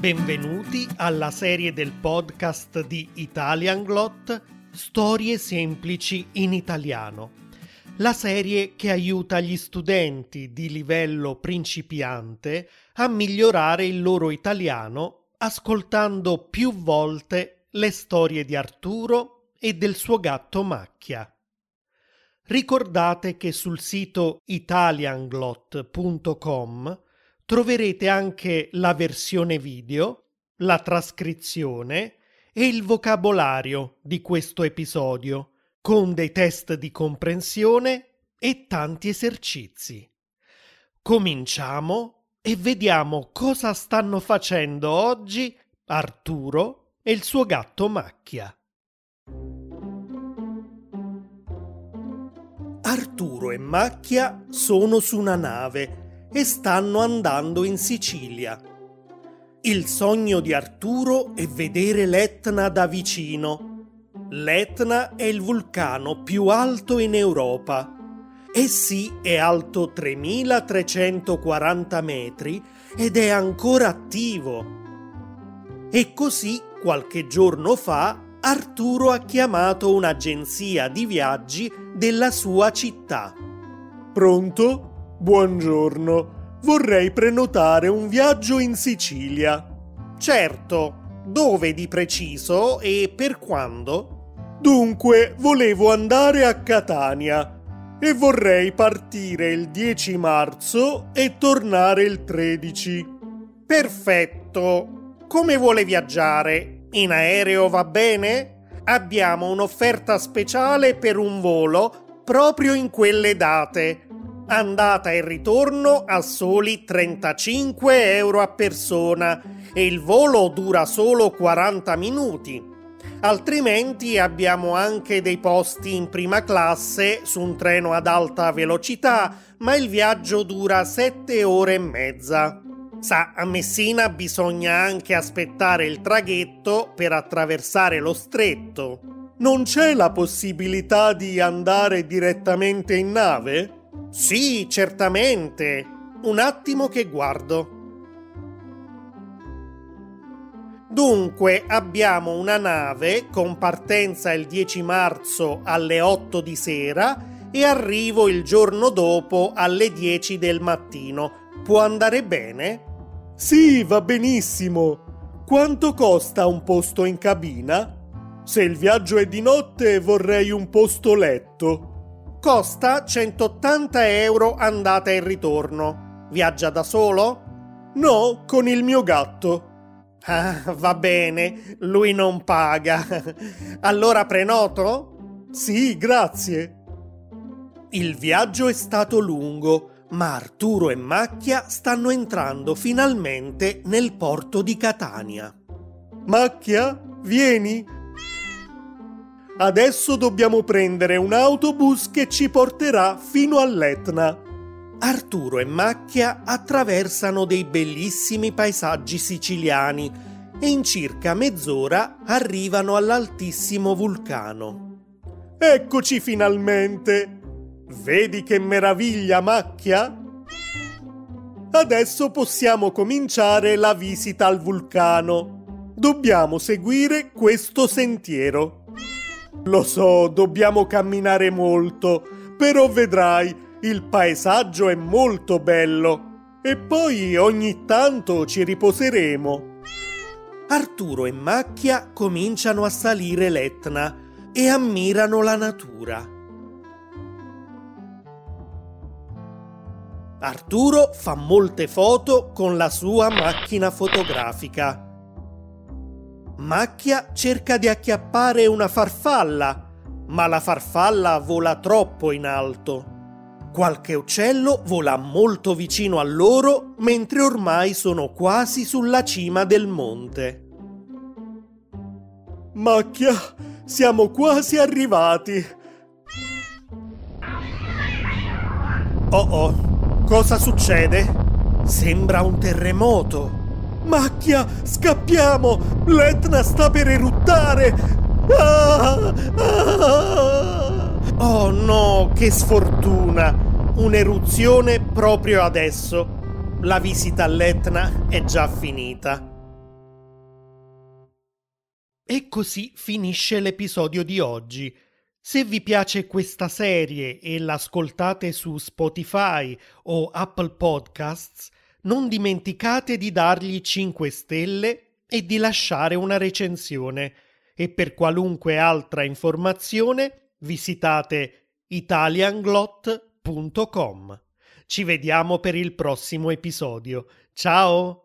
Benvenuti alla serie del podcast di Italianglot Storie semplici in italiano. La serie che aiuta gli studenti di livello principiante a migliorare il loro italiano ascoltando più volte le storie di Arturo e del suo gatto Macchia. Ricordate che sul sito italianglot.com troverete anche la versione video, la trascrizione e il vocabolario di questo episodio, con dei test di comprensione e tanti esercizi. Cominciamo e vediamo cosa stanno facendo oggi Arturo e il suo gatto Macchia. Arturo e Macchia sono su una nave e stanno andando in Sicilia. Il sogno di Arturo è vedere l'Etna da vicino. L'Etna è il vulcano più alto in Europa. Sì, è alto 3.340 metri ed è ancora attivo. E così, qualche giorno fa, Arturo ha chiamato un'agenzia di viaggi della sua città. Pronto? Buongiorno, vorrei prenotare un viaggio in Sicilia. Certo, dove di preciso e per quando? Dunque, volevo andare a Catania e vorrei partire il 10 marzo e tornare il 13. Perfetto. Come vuole viaggiare? In aereo va bene? Abbiamo un'offerta speciale per un volo proprio in quelle date. Andata e ritorno a soli 35 euro a persona e il volo dura solo 40 minuti. Altrimenti abbiamo anche dei posti in prima classe su un treno ad alta velocità, ma il viaggio dura 7 ore e mezza. Sa, a Messina bisogna anche aspettare il traghetto per attraversare lo stretto. Non c'è la possibilità di andare direttamente in nave? Sì, certamente. Un attimo che guardo. Dunque, abbiamo una nave con partenza il 10 marzo alle 8 di sera e arrivo il giorno dopo alle 10 del mattino. Può andare bene? Sì, va benissimo. Quanto costa un posto in cabina? Se il viaggio è di notte, vorrei un posto letto. Costa 180 euro andata e ritorno. Viaggia da solo? No, con il mio gatto. Ah, va bene, lui non paga. Allora prenoto? Sì, grazie. Il viaggio è stato lungo, ma Arturo e Macchia stanno entrando finalmente nel porto di Catania. Macchia, vieni. Adesso dobbiamo prendere un autobus che ci porterà fino all'Etna. Arturo e Macchia attraversano dei bellissimi paesaggi siciliani e in circa mezz'ora arrivano all'altissimo vulcano. Eccoci finalmente! Vedi che meraviglia, Macchia? Adesso possiamo cominciare la visita al vulcano. Dobbiamo seguire questo sentiero. Lo so, dobbiamo camminare molto, però vedrai, il paesaggio è molto bello. E poi ogni tanto ci riposeremo. Arturo e Macchia cominciano a salire l'Etna e ammirano la natura. Arturo fa molte foto con la sua macchina fotografica. Macchia cerca di acchiappare una farfalla, ma la farfalla vola troppo in alto. Qualche uccello vola molto vicino a loro, mentre ormai sono quasi sulla cima del monte. Macchia, siamo quasi arrivati. Oh, cosa succede? Sembra un terremoto. Macchia, scappiamo! L'Etna sta per eruttare! Oh no, che sfortuna! Un'eruzione proprio adesso. La visita all'Etna è già finita. E così finisce l'episodio di oggi. Se vi piace questa serie e l'ascoltate su Spotify o Apple Podcasts, non dimenticate di dargli 5 stelle e di lasciare una recensione. E per qualunque altra informazione visitate italianglot.com. Ci vediamo per il prossimo episodio. Ciao!